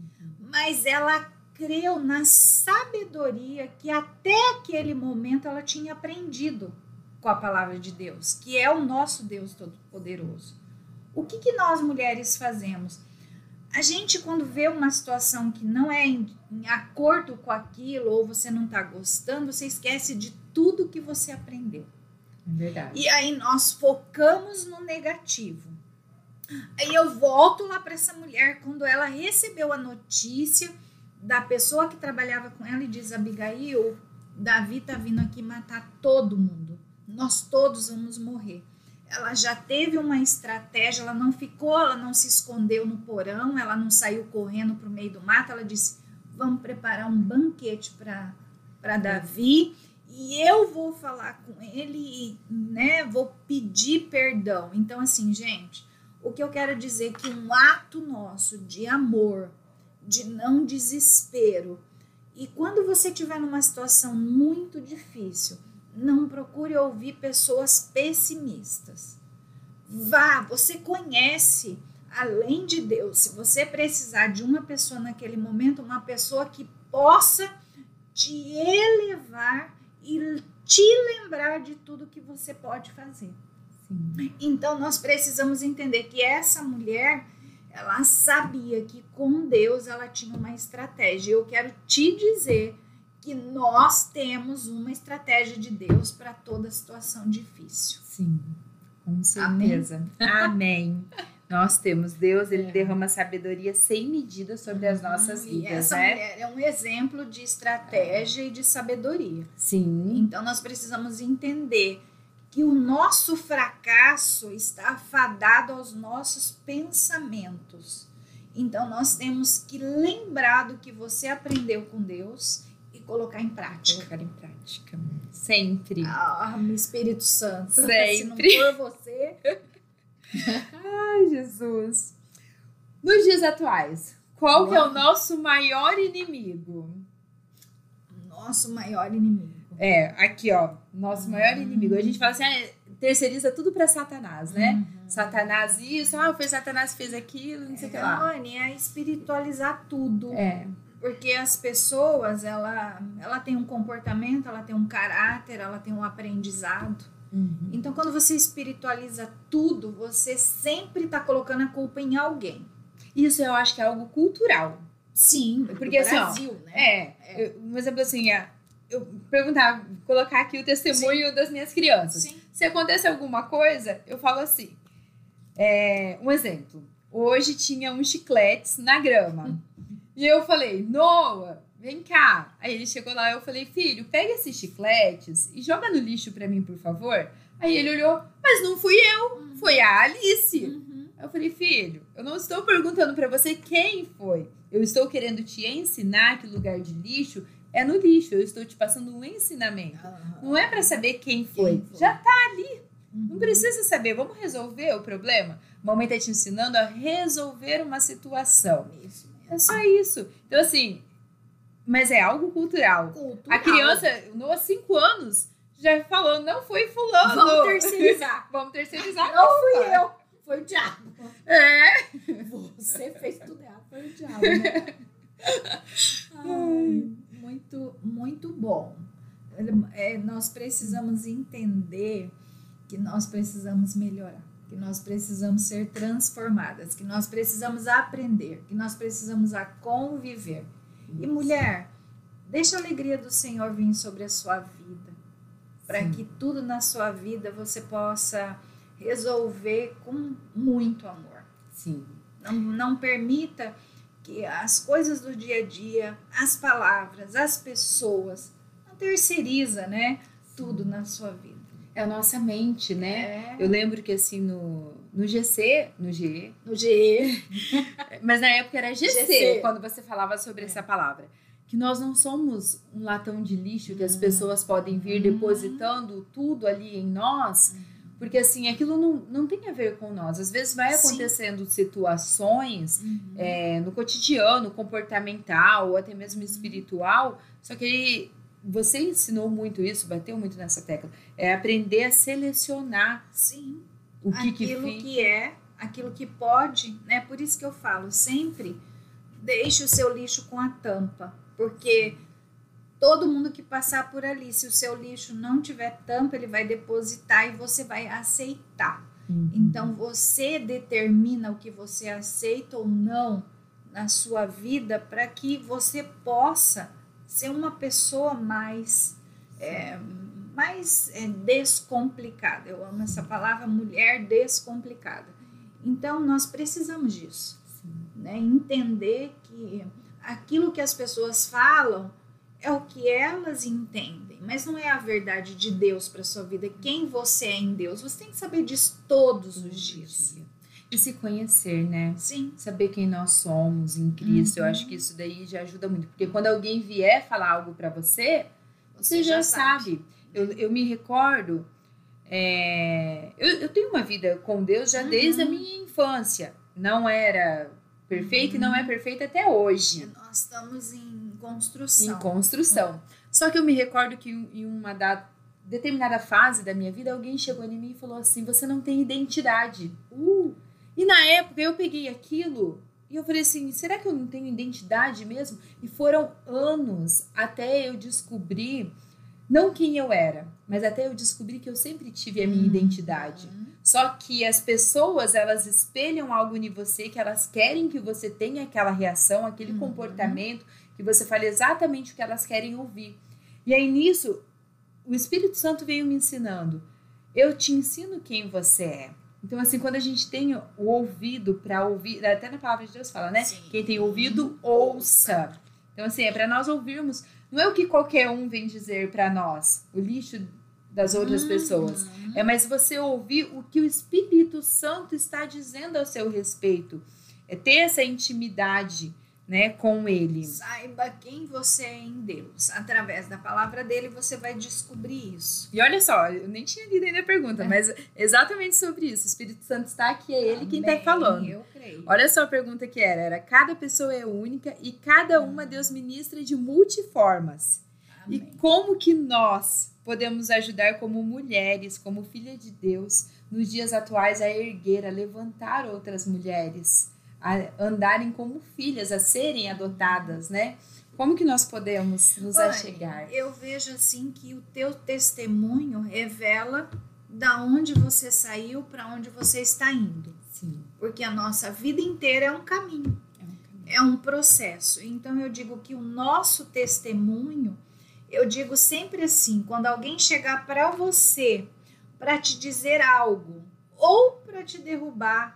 mas ela creu na sabedoria que até aquele momento ela tinha aprendido com a palavra de Deus, que é o nosso Deus Todo-Poderoso. O que nós mulheres fazemos? A gente, quando vê uma situação que não é em acordo com aquilo, ou você não está gostando, você esquece de tudo que você aprendeu. É verdade. E aí nós focamos no negativo. Aí eu volto lá para essa mulher, quando ela recebeu a notícia da pessoa que trabalhava com ela e diz, Abigail, Davi está vindo aqui matar todo mundo. Nós todos vamos morrer. Ela já teve uma estratégia, ela não se escondeu no porão, ela não saiu correndo para o meio do mato, ela disse, vamos preparar um banquete para Davi e eu vou falar com ele, né, vou pedir perdão. Então, assim, gente, o que eu quero dizer é que um ato nosso de amor, de não desespero, e quando você estiver numa situação muito difícil, não procure ouvir pessoas pessimistas. Você conhece, além de Deus, se você precisar de uma pessoa naquele momento, uma pessoa que possa te elevar e te lembrar de tudo que você pode fazer. Sim. Então, nós precisamos entender que essa mulher, ela sabia que com Deus ela tinha uma estratégia. Eu quero te dizer que nós temos uma estratégia de Deus para toda situação difícil. Sim, com certeza. Amém. Nós temos Deus, Ele derrama sabedoria sem medida sobre as nossas vidas. E essa mulher é um exemplo de estratégia e de sabedoria. Sim. Então, nós precisamos entender que o nosso fracasso está fadado aos nossos pensamentos. Então, nós temos que lembrar do que você aprendeu com Deus e colocar em prática. Sempre. Meu Espírito Santo. Sempre. Se não for você... Ai, Jesus. Nos dias atuais, qual que é o nosso maior inimigo? Nosso maior inimigo. Aqui, ó. Nosso maior inimigo. A gente fala assim, terceiriza tudo para Satanás, né? Satanás isso, foi Satanás que fez aquilo, não sei o que lá. É espiritualizar tudo. Porque as pessoas, ela tem um comportamento, ela tem um caráter, ela tem um aprendizado. Então, quando você espiritualiza tudo, você sempre está colocando a culpa em alguém. Isso eu acho que é algo cultural. Sim, porque assim, Brasil, né? Um exemplo assim, eu perguntava, colocar aqui o testemunho das minhas crianças. Sim. Se acontece alguma coisa, eu falo assim. Um exemplo. Hoje tinha uns chicletes na grama. E eu falei, Noah, vem cá. Aí ele chegou lá e eu falei, filho, pega esses chicletes e joga no lixo pra mim, por favor. Aí ele olhou, mas não fui eu, foi a Alice. Aí eu falei, filho, eu não estou perguntando pra você quem foi. Eu estou querendo te ensinar que o lugar de lixo é no lixo. Eu estou te passando um ensinamento. Não é pra saber quem foi. Já tá ali. Não precisa saber. Vamos resolver o problema? Mamãe tá te ensinando a resolver uma situação. Isso. É só isso. Então, assim, mas é algo cultural. A criança, Noah, 5 anos, já falou, não foi fulano. Vamos terceirizar. Vamos terceirizar. Não fui eu. foi o diabo. Você fez tudo errado, foi o diabo, né? Ai, muito, muito bom. Nós precisamos entender que nós precisamos melhorar, que nós precisamos ser transformadas, que nós precisamos aprender, que nós precisamos conviver. E mulher, deixa a alegria do Senhor vir sobre a sua vida, para que tudo na sua vida você possa resolver com muito amor. Sim. Não permita que as coisas do dia a dia, as palavras, as pessoas, não terceiriza, né, tudo na sua vida. É a nossa mente, né? Eu lembro que assim no GC, no GE, mas na época era GC, quando você falava sobre essa palavra, que nós não somos um latão de lixo que as pessoas podem vir depositando tudo ali em nós, porque assim, aquilo não tem a ver com nós. Às vezes vai acontecendo situações no cotidiano, comportamental ou até mesmo espiritual, só que você ensinou muito isso, bateu muito nessa tecla, é aprender a selecionar o que é, aquilo que pode, né? Por isso que eu falo, sempre deixe o seu lixo com a tampa, porque todo mundo que passar por ali, se o seu lixo não tiver tampa, ele vai depositar e você vai aceitar. Então, você determina o que você aceita ou não na sua vida para que você possa ser uma pessoa mais descomplicada. Eu amo essa palavra, mulher descomplicada. Então, nós precisamos disso. Né? Entender que aquilo que as pessoas falam é o que elas entendem, mas não é a verdade de Deus para sua vida. Quem você é em Deus, você tem que saber disso todos os dias. E se conhecer, né? Sim. Saber quem nós somos em Cristo. Eu acho que isso daí já ajuda muito. Porque quando alguém vier falar algo para você, você já sabe. Eu me recordo, eu tenho uma vida com Deus já desde a minha infância. Não era perfeita e não é perfeita até hoje. Nós estamos em construção. Em construção. Só que eu me recordo que em uma determinada fase da minha vida, alguém chegou em mim e falou assim, você não tem identidade. E na época eu peguei aquilo e eu falei assim, será que eu não tenho identidade mesmo? E foram anos até eu descobrir, não quem eu era, mas até eu descobrir que eu sempre tive a minha identidade. Só que as pessoas, elas espelham algo em você, que elas querem que você tenha aquela reação, aquele comportamento, que você fale exatamente o que elas querem ouvir. E aí nisso, o Espírito Santo veio me ensinando. Eu te ensino quem você é. Então, assim, quando a gente tem o ouvido para ouvir, até na palavra de Deus fala, né? Sim. Quem tem ouvido, ouça. Então, assim, é para nós ouvirmos. Não é o que qualquer um vem dizer para nós, o lixo das outras pessoas. É mais você ouvir o que o Espírito Santo está dizendo ao seu respeito. É ter essa intimidade, né, com ele. Saiba quem você é em Deus. Através da palavra dele, você vai descobrir isso. E olha só, eu nem tinha lido ainda a pergunta, mas exatamente sobre isso. O Espírito Santo está aqui, é ele quem está falando. Eu creio. Olha só a pergunta que era cada pessoa é única e cada uma Deus ministra de multiformas. Amém. E como que nós podemos ajudar como mulheres, como filha de Deus, nos dias atuais a erguer, a levantar outras mulheres, a andarem como filhas, a serem adotadas, né? Como que nós podemos nos achegar? Eu vejo assim que o teu testemunho revela da onde você saiu para onde você está indo. Sim. Porque a nossa vida inteira é um caminho, é um processo. Então eu digo que o nosso testemunho, eu digo sempre assim, quando alguém chegar para você para te dizer algo, ou para te derrubar,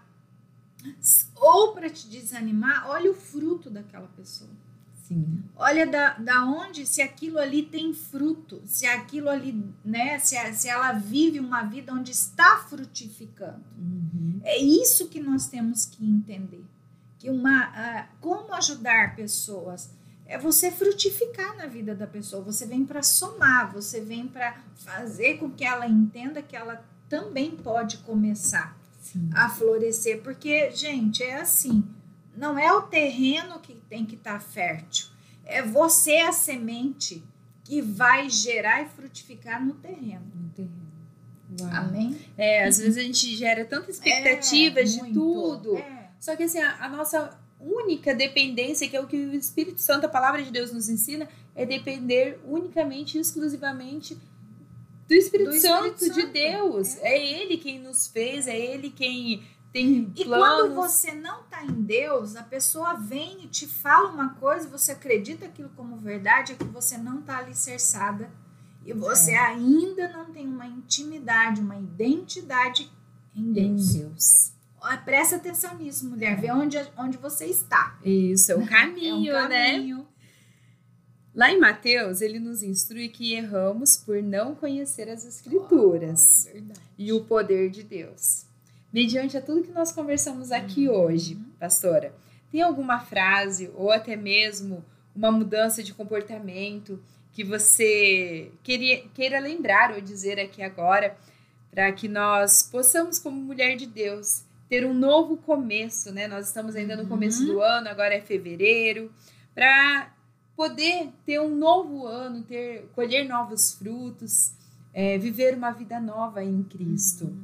ou para te desanimar, olha o fruto daquela pessoa. Sim. Olha da onde, se aquilo ali tem fruto, se aquilo ali, né, se ela vive uma vida onde está frutificando. É isso que nós temos que entender. Que como ajudar pessoas é você frutificar na vida da pessoa. Você vem para somar, você vem para fazer com que ela entenda que ela também pode começar a florescer, porque, gente, é assim, não é o terreno que tem que estar fértil, é você a semente que vai gerar e frutificar no terreno. Uau. Amém? Às vezes a gente gera tanta expectativa de muito. tudo. Só que assim, a nossa única dependência, que é o que o Espírito Santo, a palavra de Deus nos ensina, é depender unicamente, exclusivamente do Espírito Santo de Deus. É Ele quem nos fez, é Ele quem tem planos. E quando você não está em Deus, a pessoa vem e te fala uma coisa, você acredita aquilo como verdade, é que você não está alicerçada e você ainda não tem uma intimidade, uma identidade em Deus. Presta atenção nisso, mulher. Vê onde você está. Isso, é o caminho, né? Lá em Mateus, ele nos instrui que erramos por não conhecer as Escrituras e o poder de Deus. Mediante a tudo que nós conversamos aqui hoje, pastora, tem alguma frase ou até mesmo uma mudança de comportamento que você queira lembrar ou dizer aqui agora, para que nós possamos, como mulher de Deus, ter um novo começo, né? Nós estamos ainda no começo do ano, agora é fevereiro, para poder ter um novo ano, colher novos frutos, viver uma vida nova em Cristo.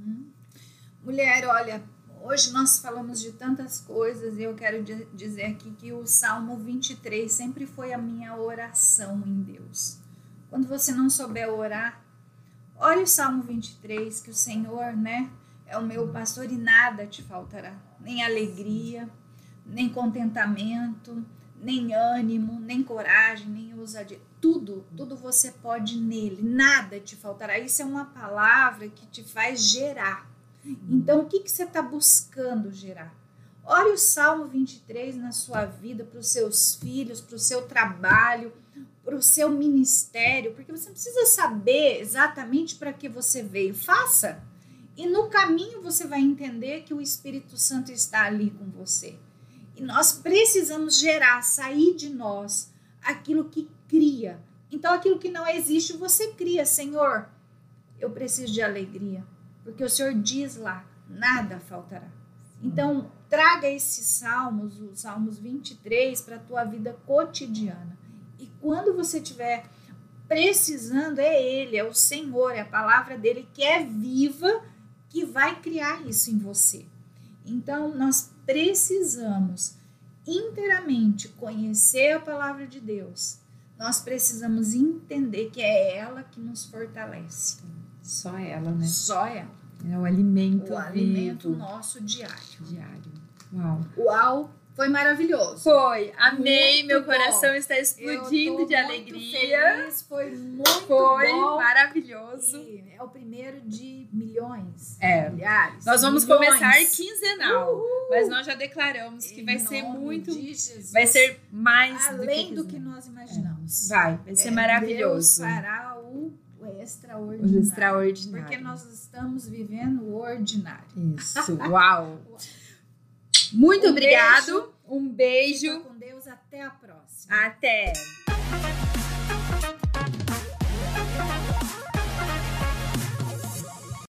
Mulher, olha, hoje nós falamos de tantas coisas e eu quero dizer aqui que o Salmo 23 sempre foi a minha oração em Deus. Quando você não souber orar, olha o Salmo 23, que o Senhor, né, é o meu pastor e nada te faltará. Nem alegria, nem contentamento, nem ânimo, nem coragem, nem ousadia. Tudo você pode nele, nada te faltará. Isso é uma palavra que te faz gerar. Então, o que você está buscando gerar? Olha o Salmo 23 na sua vida, para os seus filhos, para o seu trabalho, para o seu ministério, porque você precisa saber exatamente para que você veio. Faça. E no caminho você vai entender que o Espírito Santo está ali com você. E nós precisamos gerar, sair de nós aquilo que cria. Então, aquilo que não existe, você cria. Senhor, eu preciso de alegria. Porque o Senhor diz lá, nada faltará. Então, traga esses salmos, os Salmos 23, para a tua vida cotidiana. E quando você estiver precisando, é Ele, é o Senhor, é a palavra dEle que é viva, que vai criar isso em você. Então, nós precisamos inteiramente conhecer a palavra de Deus. Nós precisamos entender que é ela que nos fortalece. Só ela, né? Só ela. É o alimento alimento nosso diário. Uau! Foi maravilhoso. Foi. Amei. Muito meu bom. Coração está explodindo de alegria. Feliz. Foi muito bom. Foi maravilhoso. E é o primeiro de milhões. Milhares. Nós vamos começar quinzenal. Mas nós já declaramos que vai ser muito. Vai ser mais além do que nós imaginamos. Vai ser maravilhoso. Deus fará o extraordinário. Porque nós estamos vivendo o ordinário. Isso. Uau. Muito obrigado. Um beijo. Fica com Deus. Até a próxima. Até.